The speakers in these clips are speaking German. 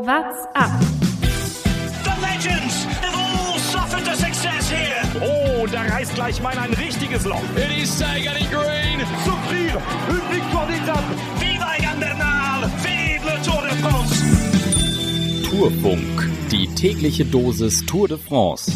What's up? The legends have all suffered a success here. Oh, da reißt gleich mal ein richtiges Loch. It is Sagan in green. Souffrir, une victoire d'étape. Viva Egan Bernal, vive le Tour de France. Tourfunk, die tägliche Dosis Tour de France.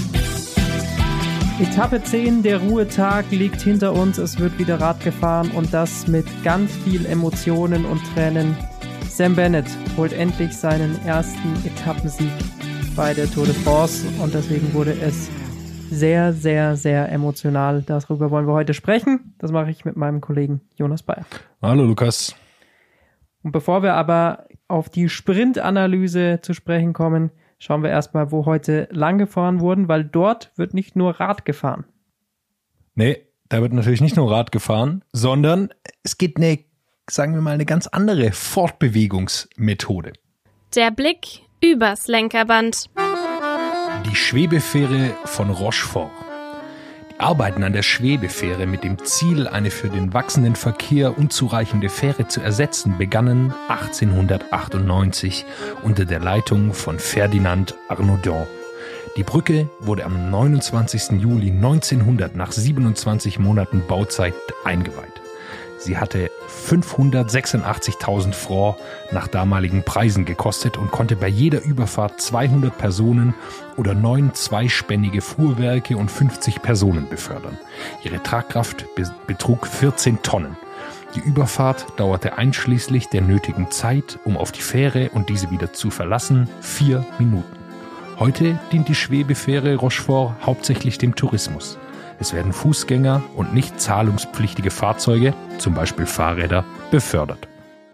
Etappe 10, der Ruhetag liegt hinter uns, es wird wieder Rad gefahren und das mit ganz viel Emotionen und Tränen. Sam Bennett holt endlich seinen ersten Etappensieg bei der Tour de France und deswegen wurde es sehr, sehr, sehr emotional. Darüber wollen wir heute sprechen. Das mache ich mit meinem Kollegen Jonas Bayer. Hallo Lukas. Und bevor wir aber auf die Sprintanalyse zu sprechen kommen, schauen wir erstmal, wo heute lang gefahren wurden, weil dort wird nicht nur Rad gefahren. Nee, da wird natürlich nicht nur Rad gefahren, sondern es geht sagen wir mal, eine ganz andere Fortbewegungsmethode. Der Blick übers Lenkerband. Die Schwebefähre von Rochefort. Die Arbeiten an der Schwebefähre mit dem Ziel, eine für den wachsenden Verkehr unzureichende Fähre zu ersetzen, begannen 1898 unter der Leitung von Ferdinand Arnaudin. Die Brücke wurde am 29. Juli 1900 nach 27 Monaten Bauzeit eingeweiht. Sie hatte 586.000 Francs nach damaligen Preisen gekostet und konnte bei jeder Überfahrt 200 Personen oder 9 zweispännige Fuhrwerke und 50 Personen befördern. Ihre Tragkraft betrug 14 Tonnen. Die Überfahrt dauerte einschließlich der nötigen Zeit, um auf die Fähre und diese wieder zu verlassen, 4 Minuten. Heute dient die Schwebefähre Rochefort hauptsächlich dem Tourismus. Es werden Fußgänger und nicht zahlungspflichtige Fahrzeuge, zum Beispiel Fahrräder, befördert.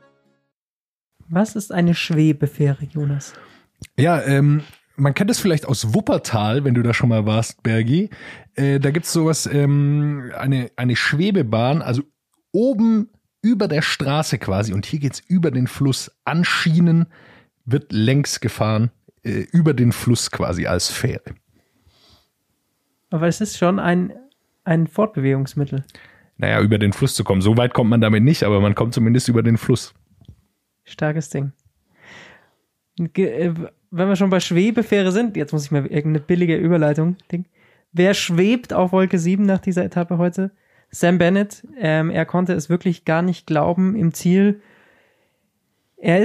Was ist eine Schwebefähre, Jonas? Ja, man kennt es vielleicht aus Wuppertal, wenn du da schon mal warst, Bergi. Da gibt's sowas, eine Schwebebahn, also oben über der Straße quasi, und hier geht's über den Fluss an Schienen, wird längs gefahren, über den Fluss quasi als Fähre. Aber es ist schon ein Fortbewegungsmittel. Naja, über den Fluss zu kommen. So weit kommt man damit nicht, aber man kommt zumindest über den Fluss. Starkes Ding. Wenn wir schon bei Schwebefähre sind, jetzt muss ich mal irgendeine billige Überleitung denken. Wer schwebt auf Wolke 7 nach dieser Etappe heute? Sam Bennett. Er konnte es wirklich gar nicht glauben im Ziel. Er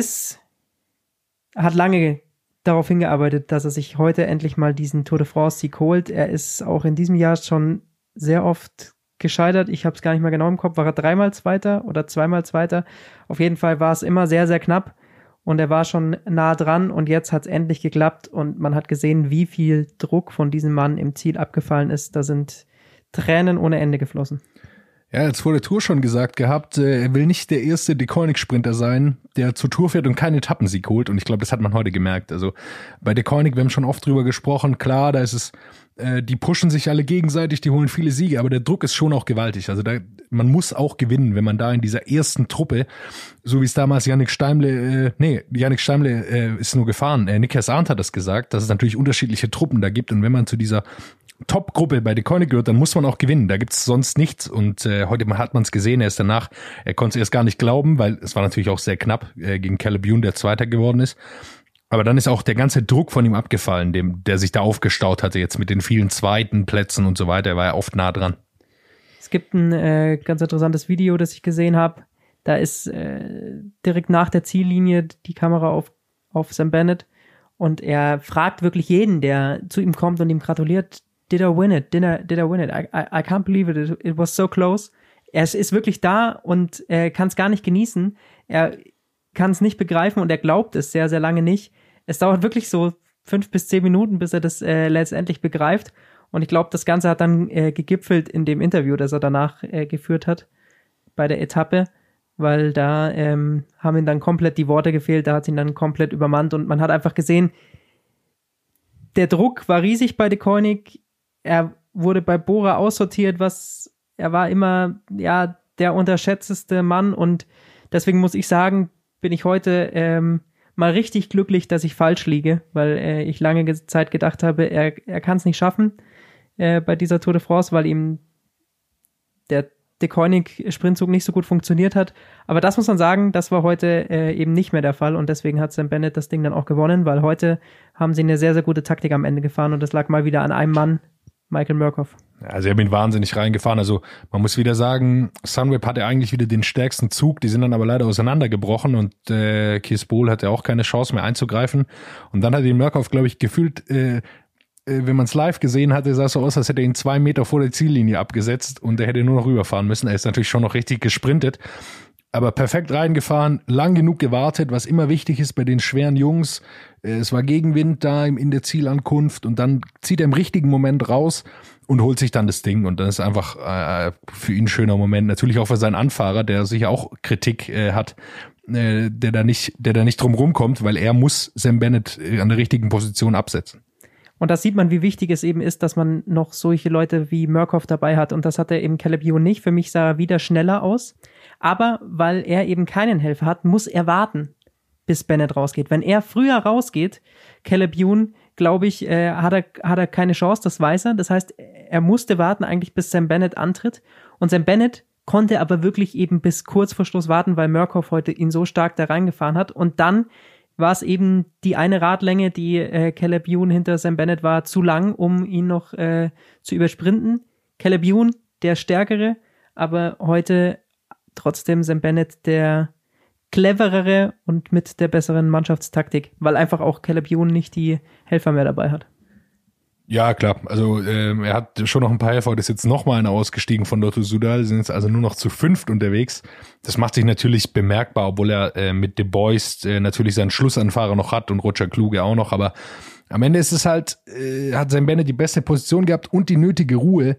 hat lange darauf hingearbeitet, dass er sich heute endlich mal diesen Tour de France-Sieg holt. Er ist auch in diesem Jahr schon sehr oft gescheitert. Ich habe es gar nicht mehr genau im Kopf. War er 3-mal Zweiter oder 2-mal Zweiter? Auf jeden Fall war es immer sehr, sehr knapp und er war schon nah dran und jetzt hat es endlich geklappt und man hat gesehen, wie viel Druck von diesem Mann im Ziel abgefallen ist. Da sind Tränen ohne Ende geflossen. Ja, jetzt vor der Tour schon gesagt gehabt, er will nicht der erste Deceuninck-Sprinter sein, der zur Tour fährt und keinen Etappensieg holt. Und ich glaube, das hat man heute gemerkt. Also bei Deceuninck, wir haben schon oft drüber gesprochen, klar, da ist es, die pushen sich alle gegenseitig, die holen viele Siege, aber der Druck ist schon auch gewaltig. Also man muss auch gewinnen, wenn man da in dieser ersten Truppe, so wie es damals Yannick Steimle ist nur gefahren. Niklas Arndt hat das gesagt, dass es natürlich unterschiedliche Truppen da gibt und wenn man zu dieser Top-Gruppe bei Deceuninck gehört, dann muss man auch gewinnen. Da gibt's sonst nichts. Und heute hat man es gesehen. Er konnte es erst gar nicht glauben, weil es war natürlich auch sehr knapp gegen Caleb Ewan, der Zweiter geworden ist. Aber dann ist auch der ganze Druck von ihm abgefallen, der sich da aufgestaut hatte, jetzt mit den vielen zweiten Plätzen und so weiter. Er war ja oft nah dran. Es gibt ein ganz interessantes Video, das ich gesehen habe. Da ist direkt nach der Ziellinie die Kamera auf Sam Bennett und er fragt wirklich jeden, der zu ihm kommt und ihm gratuliert, Did I win it? Did I win it? I can't believe it. It was so close. Er ist wirklich da und er kann es gar nicht genießen. Er kann es nicht begreifen und er glaubt es sehr, sehr lange nicht. Es dauert wirklich so 5 bis 10 Minuten, bis er das letztendlich begreift. Und ich glaube, das Ganze hat dann gegipfelt in dem Interview, das er danach geführt hat bei der Etappe, weil da haben ihm dann komplett die Worte gefehlt, da hat ihn dann komplett übermannt und man hat einfach gesehen, der Druck war riesig bei Deceuninck. Er wurde bei Bora aussortiert, er war immer der unterschätzteste Mann und deswegen muss ich sagen, bin ich heute mal richtig glücklich, dass ich falsch liege, weil ich lange Zeit gedacht habe, er kann es nicht schaffen bei dieser Tour de France, weil ihm der De Koenig-Sprintzug nicht so gut funktioniert hat. Aber das muss man sagen, das war heute eben nicht mehr der Fall und deswegen hat Sam Bennett das Ding dann auch gewonnen, weil heute haben sie eine sehr, sehr gute Taktik am Ende gefahren und das lag mal wieder an einem Mann, Michael Murkoff. Also sie haben ihn wahnsinnig reingefahren. Also man muss wieder sagen, Sunweb hatte eigentlich wieder den stärksten Zug, die sind dann aber leider auseinandergebrochen und Kees Bol hatte auch keine Chance mehr einzugreifen. Und dann hat ihn Murkoff, glaube ich, gefühlt, wenn man es live gesehen hatte, sah es so aus, als hätte er ihn 2 Meter vor der Ziellinie abgesetzt und er hätte nur noch rüberfahren müssen. Er ist natürlich schon noch richtig gesprintet, aber perfekt reingefahren, lang genug gewartet, was immer wichtig ist bei den schweren Jungs. Es war Gegenwind da in der Zielankunft und dann zieht er im richtigen Moment raus und holt sich dann das Ding und dann ist einfach für ihn ein schöner Moment. Natürlich auch für seinen Anfahrer, der sicher auch Kritik hat, der da nicht drum rumkommt, weil er muss Sam Bennett an der richtigen Position absetzen. Und das sieht man, wie wichtig es eben ist, dass man noch solche Leute wie Murkoff dabei hat. Und das hatte eben Caleb Ewan nicht. Für mich sah er wieder schneller aus. Aber weil er eben keinen Helfer hat, muss er warten, bis Bennett rausgeht. Wenn er früher rausgeht, Caleb Ewan, glaube ich, hat er keine Chance, das weiß er. Das heißt, er musste warten eigentlich, bis Sam Bennett antritt. Und Sam Bennett konnte aber wirklich eben bis kurz vor Schluss warten, weil Murkoff heute ihn so stark da reingefahren hat. Und dann war es eben die eine Radlänge, die Caleb Ewan hinter Sam Bennett war, zu lang, um ihn noch zu übersprinten. Caleb Ewan, der Stärkere, aber heute trotzdem Sam Bennett der cleverere und mit der besseren Mannschaftstaktik, weil einfach auch Caleb Ewan nicht die Helfer mehr dabei hat. Ja, klar. Also er hat schon noch ein paar Helfer. Heute ist jetzt noch mal einer ausgestiegen von Lotto Soudal. Die sind jetzt also nur noch zu 5 unterwegs. Das macht sich natürlich bemerkbar, obwohl er mit De Boist natürlich seinen Schlussanfahrer noch hat und Roger Kluge auch noch. Aber am Ende ist es halt, hat Sam Bennett die beste Position gehabt und die nötige Ruhe,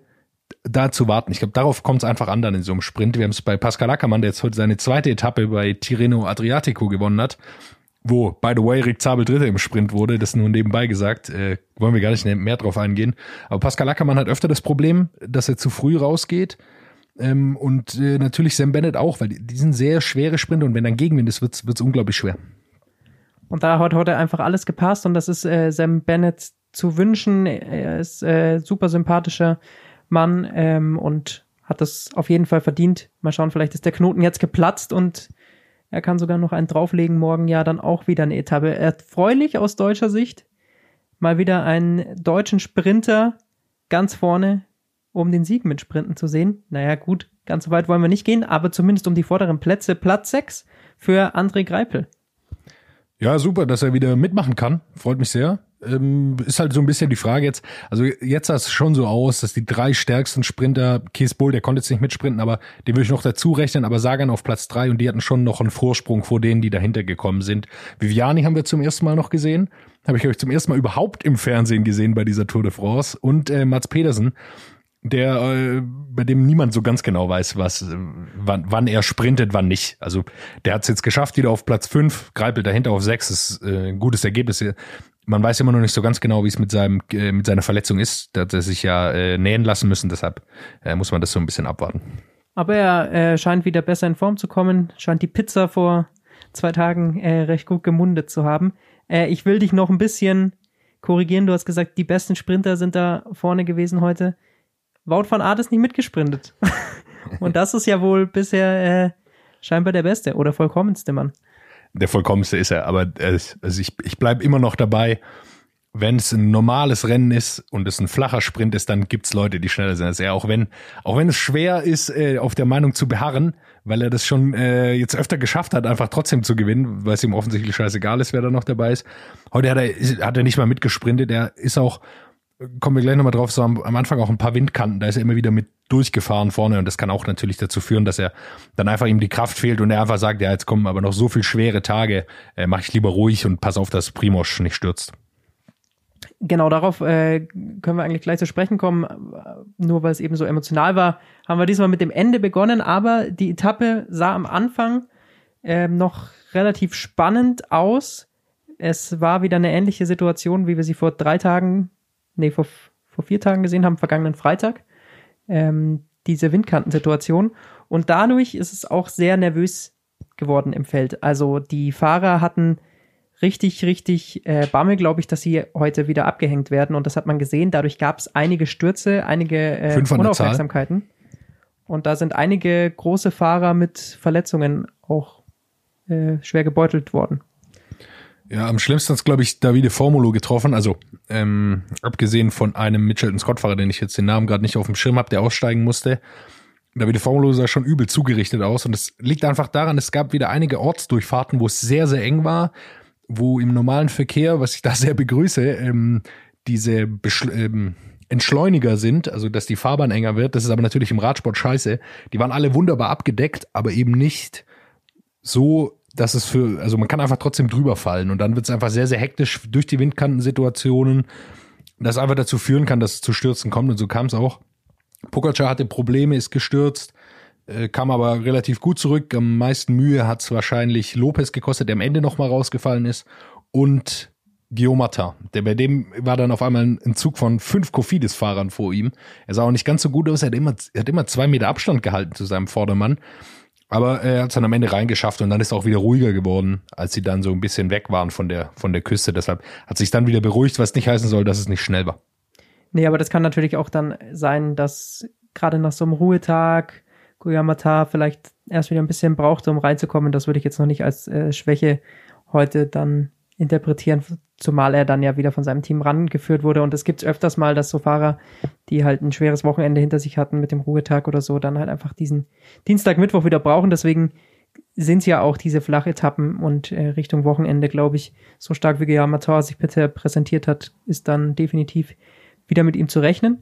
da zu warten. Ich glaube, darauf kommt es einfach an dann in so einem Sprint. Wir haben es bei Pascal Ackermann, der jetzt heute seine zweite Etappe bei Tirreno Adriatico gewonnen hat, wo, by the way, Rick Zabel Dritter im Sprint wurde, das nur nebenbei gesagt, wollen wir gar nicht mehr drauf eingehen. Aber Pascal Ackermann hat öfter das Problem, dass er zu früh rausgeht und natürlich Sam Bennett auch, weil die sind sehr schwere Sprinter und wenn dann Gegenwind ist, wird's unglaublich schwer. Und da hat heute einfach alles gepasst und das ist Sam Bennett zu wünschen. Er ist super sympathischer Mann und hat das auf jeden Fall verdient. Mal schauen, vielleicht ist der Knoten jetzt geplatzt und er kann sogar noch einen drauflegen, morgen ja dann auch wieder eine Etappe. Erfreulich aus deutscher Sicht, mal wieder einen deutschen Sprinter ganz vorne, um den Sieg mit Sprinten zu sehen. Naja gut, ganz so weit wollen wir nicht gehen, aber zumindest um die vorderen Plätze. Platz 6 für André Greipel. Ja, super, dass er wieder mitmachen kann. Freut mich sehr. Ist halt so ein bisschen die Frage jetzt, also jetzt sah es schon so aus, dass die 3 stärksten Sprinter, Kees Bol, der konnte jetzt nicht mitsprinten, aber den würde ich noch dazu rechnen, aber Sagan auf Platz 3 und die hatten schon noch einen Vorsprung vor denen, die dahinter gekommen sind. Viviani haben wir zum ersten Mal noch gesehen, habe ich euch zum ersten Mal überhaupt im Fernsehen gesehen bei dieser Tour de France und Mats Pedersen, der bei dem niemand so ganz genau weiß, wann er sprintet, wann nicht. Also der hat es jetzt geschafft, wieder auf Platz 5, Greipel dahinter auf 6, das ist ein gutes Ergebnis. Man weiß immer noch nicht so ganz genau, wie es mit seiner Verletzung ist. Da hat er sich ja nähen lassen müssen, deshalb muss man das so ein bisschen abwarten. Aber er scheint wieder besser in Form zu kommen, scheint die Pizza vor 2 Tagen recht gut gemundet zu haben. Ich will dich noch ein bisschen korrigieren, du hast gesagt, die besten Sprinter sind da vorne gewesen heute. Wout van Aert ist nicht mitgesprintet. Und das ist ja wohl bisher scheinbar der beste oder vollkommenste Mann. Der vollkommenste ist er, aber also ich bleibe immer noch dabei, wenn es ein normales Rennen ist und es ein flacher Sprint ist, dann gibt's Leute, die schneller sind als er, auch wenn es schwer ist, auf der Meinung zu beharren, weil er das schon jetzt öfter geschafft hat, einfach trotzdem zu gewinnen, weil es ihm offensichtlich scheißegal ist, wer da noch dabei ist. Heute hat er nicht mal mitgesprintet, er ist auch, kommen wir gleich nochmal drauf, so am Anfang auch ein paar Windkanten, da ist er immer wieder mit durchgefahren vorne und das kann auch natürlich dazu führen, dass er dann einfach ihm die Kraft fehlt und er einfach sagt, ja, jetzt kommen aber noch so viel schwere Tage, mache ich lieber ruhig und pass auf, dass Primož nicht stürzt. Genau, darauf können wir eigentlich gleich zu sprechen kommen, nur weil es eben so emotional war, haben wir diesmal mit dem Ende begonnen, aber die Etappe sah am Anfang noch relativ spannend aus. Es war wieder eine ähnliche Situation, wie wir sie vor 4 Tagen gesehen haben, vergangenen Freitag. Diese Windkantensituation. Und dadurch ist es auch sehr nervös geworden im Feld. Also die Fahrer hatten richtig Bammel, glaube ich, dass sie heute wieder abgehängt werden. Und das hat man gesehen. Dadurch gab es einige Stürze, einige Unaufmerksamkeiten. Und da sind einige große Fahrer mit Verletzungen auch schwer gebeutelt worden. Ja, am schlimmsten ist, glaube ich, Davide Formolo getroffen. Also abgesehen von einem Mitchelton-Scott-Fahrer, den ich jetzt den Namen gerade nicht auf dem Schirm habe, der aussteigen musste. Davide Formolo sah schon übel zugerichtet aus. Und es liegt einfach daran, es gab wieder einige Ortsdurchfahrten, wo es sehr, sehr eng war, wo im normalen Verkehr, was ich da sehr begrüße, diese Entschleuniger sind, also dass die Fahrbahn enger wird. Das ist aber natürlich im Radsport scheiße. Die waren alle wunderbar abgedeckt, aber eben nicht so, dass es also man kann einfach trotzdem drüber fallen und dann wird es einfach sehr, sehr hektisch durch die Windkantensituationen, das einfach dazu führen kann, dass es zu Stürzen kommt und so kam es auch. Pogačar hatte Probleme, ist gestürzt, kam aber relativ gut zurück. Am meisten Mühe hat es wahrscheinlich Lopez gekostet, der am Ende nochmal rausgefallen ist und Guillaume Martin. Bei dem war dann auf einmal ein Zug von 5 Cofidis-Fahrern vor ihm. Er sah auch nicht ganz so gut aus, er hat immer 2 Meter Abstand gehalten zu seinem Vordermann. Aber er hat es dann am Ende reingeschafft und dann ist er auch wieder ruhiger geworden, als sie dann so ein bisschen weg waren von der Küste. Deshalb hat sich dann wieder beruhigt, was nicht heißen soll, dass es nicht schnell war. Nee, aber das kann natürlich auch dann sein, dass gerade nach so einem Ruhetag Guillaume Martin vielleicht erst wieder ein bisschen brauchte, um reinzukommen. Das würde ich jetzt noch nicht als Schwäche heute dann interpretieren, zumal er dann ja wieder von seinem Team rangeführt wurde. Und es gibt öfters mal, dass so Fahrer, die halt ein schweres Wochenende hinter sich hatten mit dem Ruhetag oder so, dann halt einfach diesen Dienstag, Mittwoch wieder brauchen. Deswegen sind es ja auch diese Flachetappen und Richtung Wochenende, glaube ich, so stark wie Guillaume Martin sich bitte präsentiert hat, ist dann definitiv wieder mit ihm zu rechnen.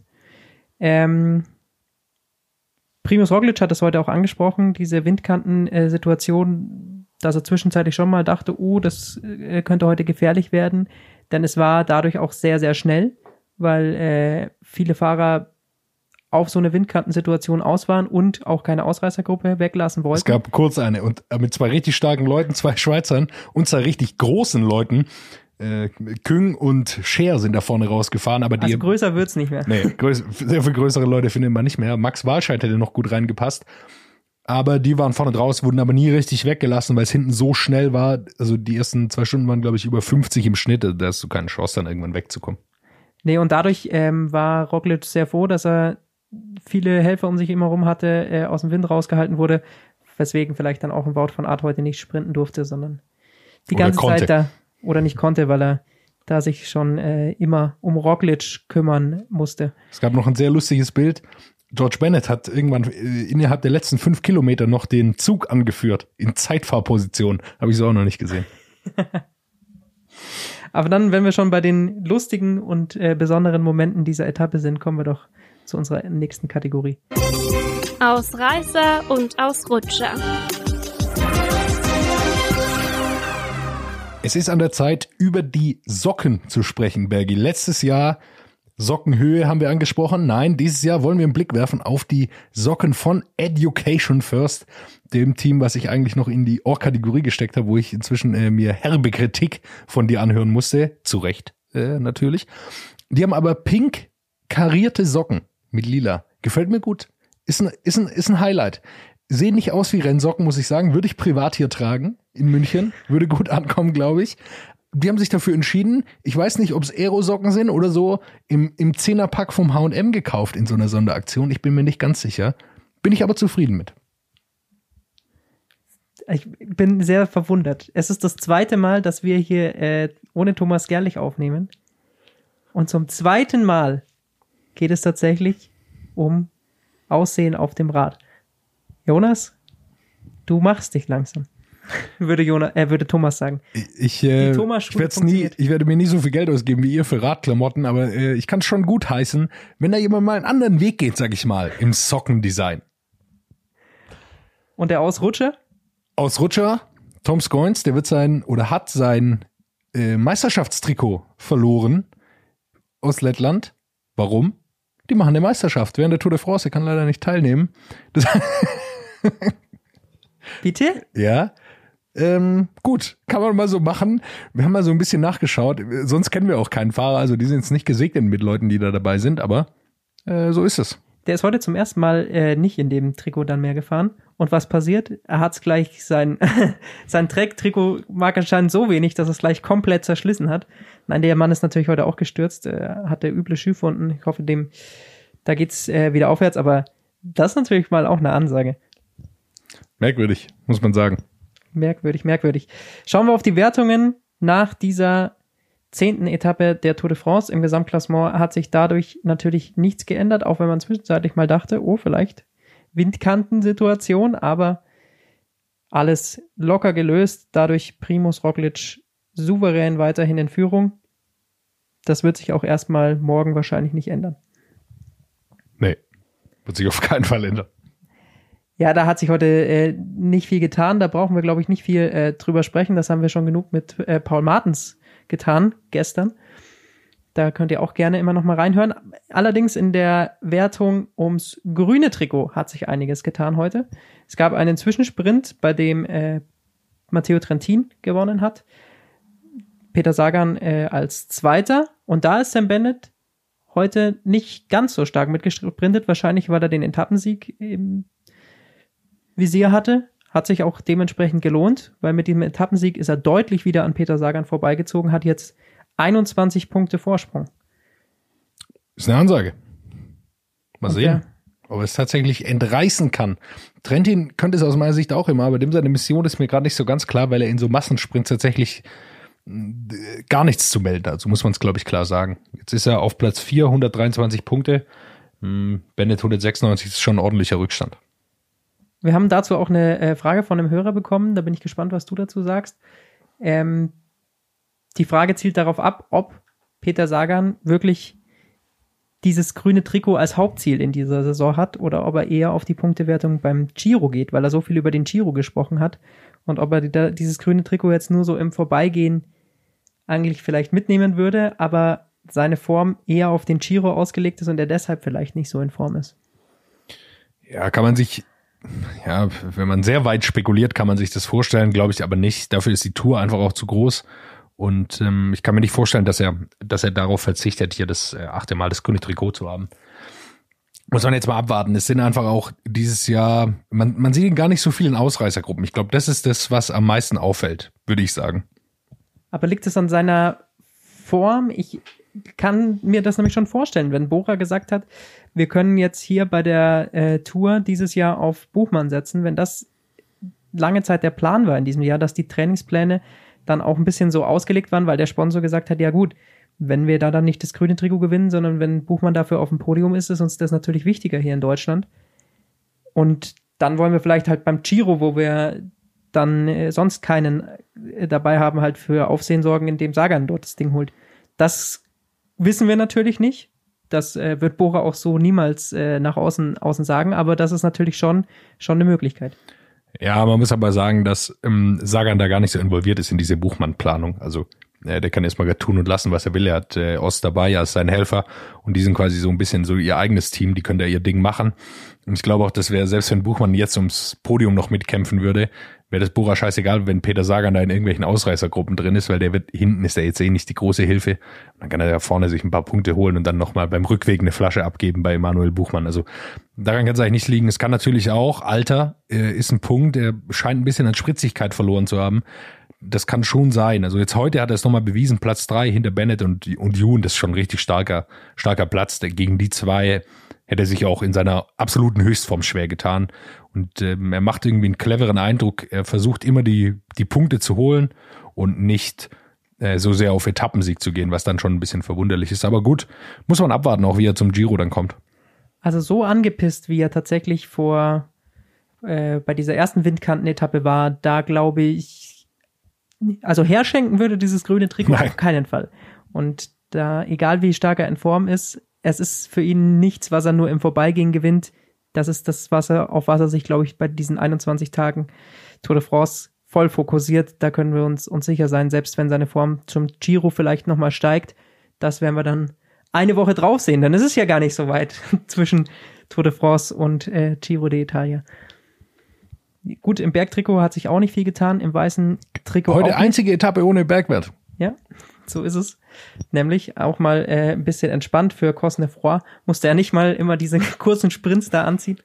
Primož Roglič hat das heute auch angesprochen, diese Windkantensituation, dass er zwischenzeitlich schon mal dachte, das könnte heute gefährlich werden, denn es war dadurch auch sehr, sehr schnell, weil viele Fahrer auf so eine Windkantensituation aus waren und auch keine Ausreißergruppe weglassen wollten. Es gab kurz eine und mit 2 richtig starken Leuten, 2 Schweizern und 2 richtig großen Leuten. Küng und Scher sind da vorne rausgefahren, aber die. Also größer wird's nicht mehr. Nee, sehr viel größere Leute findet man nicht mehr. Max Walscheid hätte noch gut reingepasst. Aber die waren vorne draus, wurden aber nie richtig weggelassen, weil es hinten so schnell war. Also die ersten 2 Stunden waren, glaube ich, über 50 im Schnitt. Da hast du keine Chance, dann irgendwann wegzukommen. Nee, und dadurch war Roglič sehr froh, dass er viele Helfer um sich immer rum hatte, aus dem Wind rausgehalten wurde, weswegen vielleicht dann auch ein Wout van Aert heute nicht sprinten durfte, sondern die ganze Zeit da oder nicht konnte, weil er da sich schon immer um Roglič kümmern musste. Es gab noch ein sehr lustiges Bild. George Bennett hat irgendwann innerhalb der letzten 5 Kilometer noch den Zug angeführt, in Zeitfahrposition. Habe ich so auch noch nicht gesehen. Aber dann, wenn wir schon bei den lustigen und besonderen Momenten dieser Etappe sind, kommen wir doch zu unserer nächsten Kategorie. Ausreißer und Ausrutscher. Es ist an der Zeit, über die Socken zu sprechen, Bergi. Letztes Jahr Sockenhöhe haben wir angesprochen. Nein, dieses Jahr wollen wir einen Blick werfen auf die Socken von Education First, dem Team, was ich eigentlich noch in die Or-Kategorie gesteckt habe, wo ich inzwischen mir herbe Kritik von dir anhören musste. Zu Recht, natürlich. Die haben aber pink karierte Socken mit lila. Gefällt mir gut. Ist ein Highlight. Sehen nicht aus wie Rennsocken, muss ich sagen. Würde ich privat hier tragen in München. Würde gut ankommen, glaube ich. Die haben sich dafür entschieden. Ich weiß nicht, ob es Aero-Socken sind oder so im 10er-Pack vom H&M gekauft in so einer Sonderaktion. Ich bin mir nicht ganz sicher. Bin ich aber zufrieden mit. Ich bin sehr verwundert. Es ist das 2. Mal, dass wir hier ohne Thomas Gerlich aufnehmen. Und zum 2. Mal geht es tatsächlich um Aussehen auf dem Rad. Jonas, du machst dich langsam. Würde Thomas sagen. Ich werde mir nie so viel Geld ausgeben wie ihr für Radklamotten, aber ich kann es schon gut heißen, wenn da jemand mal einen anderen Weg geht, sag ich mal, im Sockendesign. Und der Ausrutscher? Ausrutscher, Tom Scoins, der hat sein Meisterschaftstrikot verloren aus Lettland. Warum? Die machen eine Meisterschaft während der Tour de France. Er kann leider nicht teilnehmen. Bitte? Ja. Gut, kann man mal so machen. Wir haben mal so ein bisschen nachgeschaut. Sonst kennen wir auch keinen Fahrer. Also die sind jetzt nicht gesegnet mit Leuten, die da dabei sind. Aber so ist es. Der ist heute zum ersten Mal nicht in dem Trikot dann mehr gefahren. Und was passiert? Er hat's gleich, sein Trek-Trikot mag anscheinend so wenig, dass es gleich komplett zerschlissen hat. Nein, der Mann ist natürlich heute auch gestürzt, hatte üble Schürfwunden. Ich hoffe, da geht's wieder aufwärts, aber Das ist natürlich mal auch eine Ansage. Merkwürdig, muss man sagen. Merkwürdig. Schauen wir auf die Wertungen nach dieser 10. Etappe der Tour de France. Im Gesamtklassement hat sich dadurch natürlich nichts geändert, auch wenn man zwischenzeitlich mal dachte, vielleicht Windkantensituation, aber alles locker gelöst. Dadurch Primož Roglič souverän weiterhin in Führung. Das wird sich auch erstmal morgen wahrscheinlich nicht ändern. Nee, wird sich auf keinen Fall ändern. Ja, da hat sich heute nicht viel getan. Da brauchen wir, glaube ich, nicht viel drüber sprechen. Das haben wir schon genug mit Paul Martens getan gestern. Da könnt ihr auch gerne immer noch mal reinhören. Allerdings in der Wertung ums grüne Trikot hat sich einiges getan heute. Es gab einen Zwischensprint, bei dem Matteo Trentin gewonnen hat. Peter Sagan als Zweiter. Und da ist Sam Bennett heute nicht ganz so stark mitgesprintet. Wahrscheinlich, weil er den Etappensieg im Visier hatte. Hat sich auch dementsprechend gelohnt, weil mit dem Etappensieg ist er deutlich wieder an Peter Sagan vorbeigezogen, hat jetzt 21 Punkte Vorsprung. Ist eine Ansage. Mal sehen, ob er es tatsächlich entreißen kann. Trentin könnte es aus meiner Sicht auch immer, aber dem seine Mission ist mir gerade nicht so ganz klar, weil er in so Massensprints tatsächlich gar nichts zu melden hat. So muss man es, glaube ich, klar sagen. Jetzt ist er auf Platz 4, 123 Punkte. Bennett 196, ist schon ein ordentlicher Rückstand. Wir haben dazu auch eine Frage von einem Hörer bekommen. Da bin ich gespannt, was du dazu sagst. Die Frage zielt darauf ab, ob Peter Sagan wirklich dieses grüne Trikot als Hauptziel in dieser Saison hat oder ob er eher auf die Punktewertung beim Giro geht, weil er so viel über den Giro gesprochen hat und ob er dieses grüne Trikot jetzt nur so im Vorbeigehen eigentlich vielleicht mitnehmen würde, aber seine Form eher auf den Giro ausgelegt ist und er deshalb vielleicht nicht so in Form ist. Ja, kann man sich, ja, wenn man sehr weit spekuliert, kann man sich das vorstellen, glaube ich aber nicht. Dafür ist die Tour einfach auch zu groß. Und ich kann mir nicht vorstellen, dass er darauf verzichtet, hier das 8. Mal das grüne Trikot zu haben. Muss man jetzt mal abwarten. Es sind einfach auch dieses Jahr, man sieht ihn gar nicht so viel in Ausreißergruppen. Ich glaube, das ist das, was am meisten auffällt, würde ich sagen. Aber liegt es an seiner Form? Ich kann mir das nämlich schon vorstellen, wenn Bora gesagt hat, wir können jetzt hier bei der Tour dieses Jahr auf Buchmann setzen, wenn das lange Zeit der Plan war in diesem Jahr, dass die Trainingspläne dann auch ein bisschen so ausgelegt waren, weil der Sponsor gesagt hat, ja gut, wenn wir da dann nicht das grüne Trikot gewinnen, sondern wenn Buchmann dafür auf dem Podium ist uns das natürlich wichtiger hier in Deutschland. Und dann wollen wir vielleicht halt beim Giro, wo wir dann sonst keinen dabei haben, halt für Aufsehen sorgen, indem Sagan dort das Ding holt. Das wissen wir natürlich nicht. Das wird Bora auch so niemals nach außen sagen, aber das ist natürlich schon eine Möglichkeit. Ja, man muss aber sagen, dass Sagan da gar nicht so involviert ist in diese Buchmann-Planung. Also der kann erstmal tun und lassen, was er will. Er hat Ost dabei als seinen Helfer und die sind quasi so ein bisschen so ihr eigenes Team, die können da ihr Ding machen. Und ich glaube auch, das wäre, selbst wenn Buchmann jetzt ums Podium noch mitkämpfen würde, wäre das Bora scheißegal, wenn Peter Sagan da in irgendwelchen Ausreißergruppen drin ist, weil hinten ist er jetzt nicht die große Hilfe. Und dann kann er da vorne sich ein paar Punkte holen und dann nochmal beim Rückweg eine Flasche abgeben bei Emanuel Buchmann. Also daran kann es eigentlich nicht liegen. Es kann natürlich auch, Alter ist ein Punkt, er scheint ein bisschen an Spritzigkeit verloren zu haben. Das kann schon sein. Also jetzt heute hat er es nochmal bewiesen, Platz 3 hinter Bennett und Youn, das ist schon ein richtig starker Platz. Gegen die zwei hätte er sich auch in seiner absoluten Höchstform schwer getan. Und er macht irgendwie einen cleveren Eindruck. Er versucht immer die Punkte zu holen und nicht so sehr auf Etappensieg zu gehen, was dann schon ein bisschen verwunderlich ist. Aber gut, muss man abwarten, auch wie er zum Giro dann kommt. Also so angepisst, wie er tatsächlich bei dieser ersten Windkanten-Etappe war, da glaube ich, also herschenken würde dieses grüne Trikot auf keinen Fall. Und da, egal wie stark er in Form ist, es ist für ihn nichts, was er nur im Vorbeigehen gewinnt. Das ist das, auf was er sich, glaube ich, bei diesen 21 Tagen Tour de France voll fokussiert. Da können wir uns sicher sein, selbst wenn seine Form zum Giro vielleicht nochmal steigt, das werden wir dann eine Woche drauf sehen. Dann ist es ja gar nicht so weit zwischen Tour de France und Giro d'Italia. Gut, im Bergtrikot hat sich auch nicht viel getan, im weißen Trikot heute auch einzige Etappe ohne Bergwert. Ja, so ist es. Nämlich auch mal ein bisschen entspannt für Cosnefroy. Musste er nicht mal immer diese kurzen Sprints da anziehen.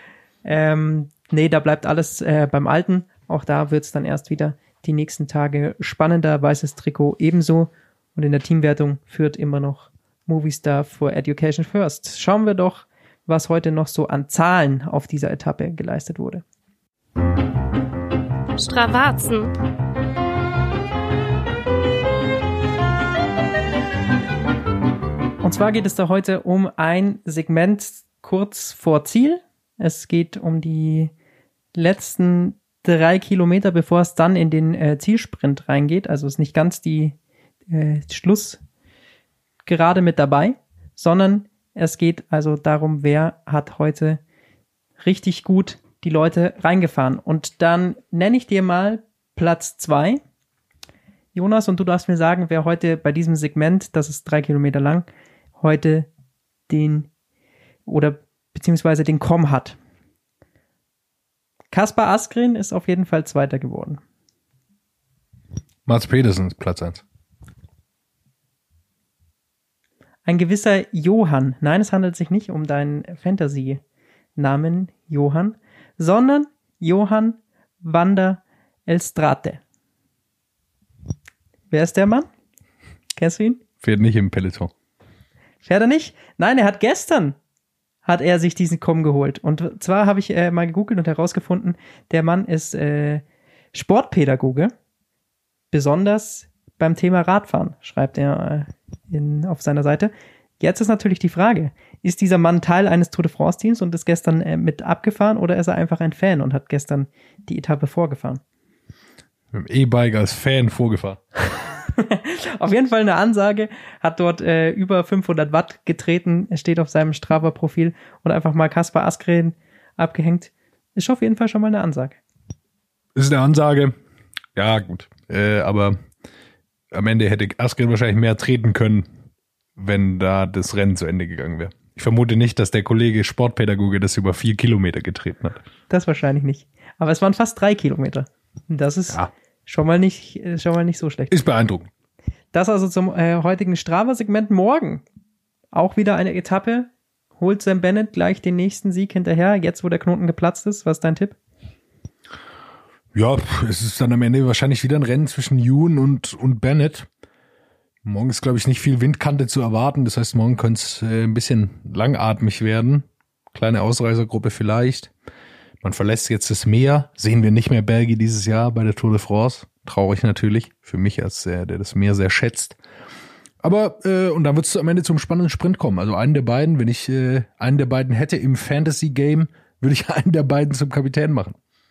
Nee, da bleibt alles beim Alten. Auch da wird es dann erst wieder die nächsten Tage spannender. Weißes Trikot ebenso. Und in der Teamwertung führt immer noch Movistar for Education First. Schauen wir doch was heute noch so an Zahlen auf dieser Etappe geleistet wurde. Stravazen. Und zwar geht es da heute um ein Segment kurz vor Ziel. Es geht um die letzten 3 Kilometer, bevor es dann in den Zielsprint reingeht. Also ist nicht ganz die Schlussgerade mit dabei, sondern es geht also darum, wer hat heute richtig gut die Leute reingefahren. Und dann nenne ich dir mal Platz 2, Jonas, und du darfst mir sagen, wer heute bei diesem Segment, das ist 3 Kilometer lang, heute beziehungsweise den Komm hat. Kaspar Asgreen ist auf jeden Fall Zweiter geworden. Mats Pedersen ist Platz 1. Ein gewisser Johann. Nein, es handelt sich nicht um deinen Fantasy-Namen Johann, sondern Johann van der Elstrate. Wer ist der Mann? Kennst du ihn? Fährt nicht im Peloton. Fährt er nicht? Nein, er hat gestern sich diesen Komm geholt. Und zwar habe ich mal gegoogelt und herausgefunden, der Mann ist Sportpädagoge, besonders beim Thema Radfahren, schreibt er auf seiner Seite. Jetzt ist natürlich die Frage, ist dieser Mann Teil eines Tour de France-Teams und ist gestern mit abgefahren oder ist er einfach ein Fan und hat gestern die Etappe vorgefahren? Mit dem E-Bike als Fan vorgefahren. Auf jeden Fall eine Ansage, hat dort über 500 Watt getreten, steht auf seinem Strava-Profil und einfach mal Kaspar Asgreen abgehängt. Ist auf jeden Fall schon mal eine Ansage. Ist eine Ansage, ja gut, aber am Ende hätte Asgreen wahrscheinlich mehr treten können, wenn da das Rennen zu Ende gegangen wäre. Ich vermute nicht, dass der Kollege Sportpädagoge das über 4 Kilometer getreten hat. Das wahrscheinlich nicht. Aber es waren fast 3 Kilometer. Das ist schon mal nicht so schlecht. Ist beeindruckend. Das also zum heutigen Strava-Segment. Morgen auch wieder eine Etappe. Holt Sam Bennett gleich den nächsten Sieg hinterher, jetzt wo der Knoten geplatzt ist. Was ist dein Tipp? Ja, es ist dann am Ende wahrscheinlich wieder ein Rennen zwischen Ewan und Bennett. Morgen ist, glaube ich, nicht viel Windkante zu erwarten. Das heißt, morgen könnte es ein bisschen langatmig werden. Kleine Ausreißergruppe vielleicht. Man verlässt jetzt das Meer. Sehen wir nicht mehr Berge dieses Jahr bei der Tour de France. Traurig natürlich. Für mich als der das Meer sehr schätzt. Aber, und dann wird es am Ende zum spannenden Sprint kommen. Also einen der beiden, wenn ich einen der beiden hätte im Fantasy-Game, würde ich einen der beiden zum Kapitän machen.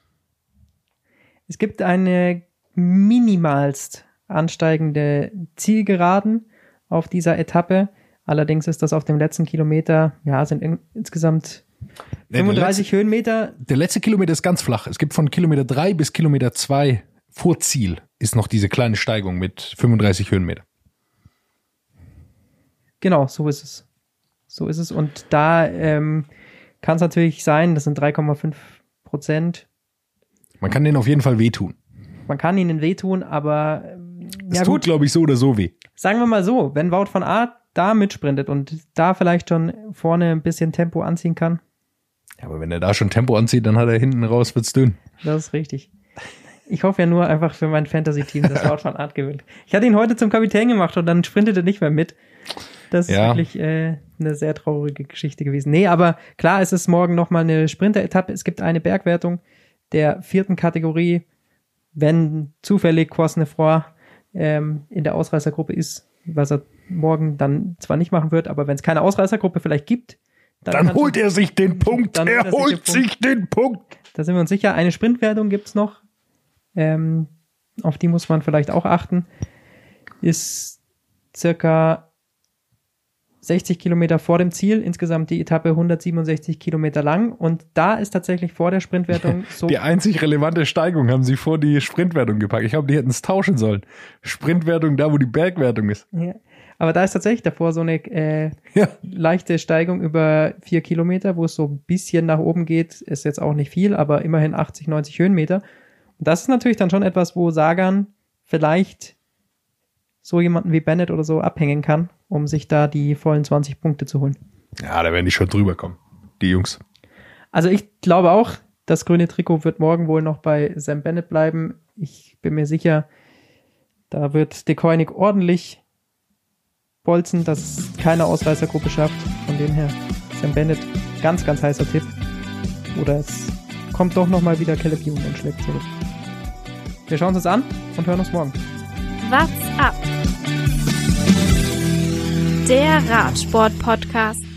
Es gibt eine minimalst ansteigende Zielgeraden auf dieser Etappe. Allerdings ist das auf dem letzten Kilometer, sind insgesamt 35 Höhenmeter. Der letzte Kilometer ist ganz flach. Es gibt von Kilometer 3 bis Kilometer 2 vor Ziel ist noch diese kleine Steigung mit 35 Höhenmeter. Genau, so ist es. So ist es. Und da kann es natürlich sein, das sind 3,5%. Man kann denen auf jeden Fall wehtun. Man kann ihnen wehtun, aber es tut, glaube ich, so oder so weh. Sagen wir mal so, wenn Wout van Aert da mitsprintet und da vielleicht schon vorne ein bisschen Tempo anziehen kann. Ja, aber wenn er da schon Tempo anzieht, dann hat er hinten raus, wird's dünn. Das ist richtig. Ich hoffe ja nur einfach für mein Fantasy-Team, dass Wout van Aert gewinnt. Ich hatte ihn heute zum Kapitän gemacht und dann sprintet er nicht mehr mit. Das ist wirklich eine sehr traurige Geschichte gewesen. Nee, aber klar, es ist morgen nochmal eine Sprinter-Etappe. Es gibt eine Bergwertung der 4. Kategorie, wenn zufällig Cosnefroy in der Ausreißergruppe ist, was er morgen dann zwar nicht machen wird, aber wenn es keine Ausreißergruppe vielleicht gibt, dann holt er sich den Punkt. Er holt sich den Punkt. Da sind wir uns sicher. Eine Sprintwertung gibt es noch. Auf die muss man vielleicht auch achten. Ist circa 60 Kilometer vor dem Ziel, insgesamt die Etappe 167 Kilometer lang und da ist tatsächlich vor der Sprintwertung so... Die einzig relevante Steigung haben sie vor die Sprintwertung gepackt. Ich glaube, die hätten es tauschen sollen. Sprintwertung da, wo die Bergwertung ist. Ja, aber da ist tatsächlich davor so eine leichte Steigung über 4 Kilometer, wo es so ein bisschen nach oben geht. Ist jetzt auch nicht viel, aber immerhin 80, 90 Höhenmeter. Und das ist natürlich dann schon etwas, wo Sagan vielleicht so jemanden wie Bennett oder so abhängen kann, um sich da die vollen 20 Punkte zu holen. Ja, da werden die schon drüber kommen, die Jungs. Also ich glaube auch, das grüne Trikot wird morgen wohl noch bei Sam Bennett bleiben. Ich bin mir sicher, da wird De Koenig ordentlich bolzen, dass es keine Ausreißergruppe schafft. Von dem her Sam Bennett, ganz, ganz heißer Tipp. Oder es kommt doch nochmal wieder Caleb Ewan und schlägt zurück. Wir schauen es uns an und hören uns morgen. What's up? Der Radsport-Podcast.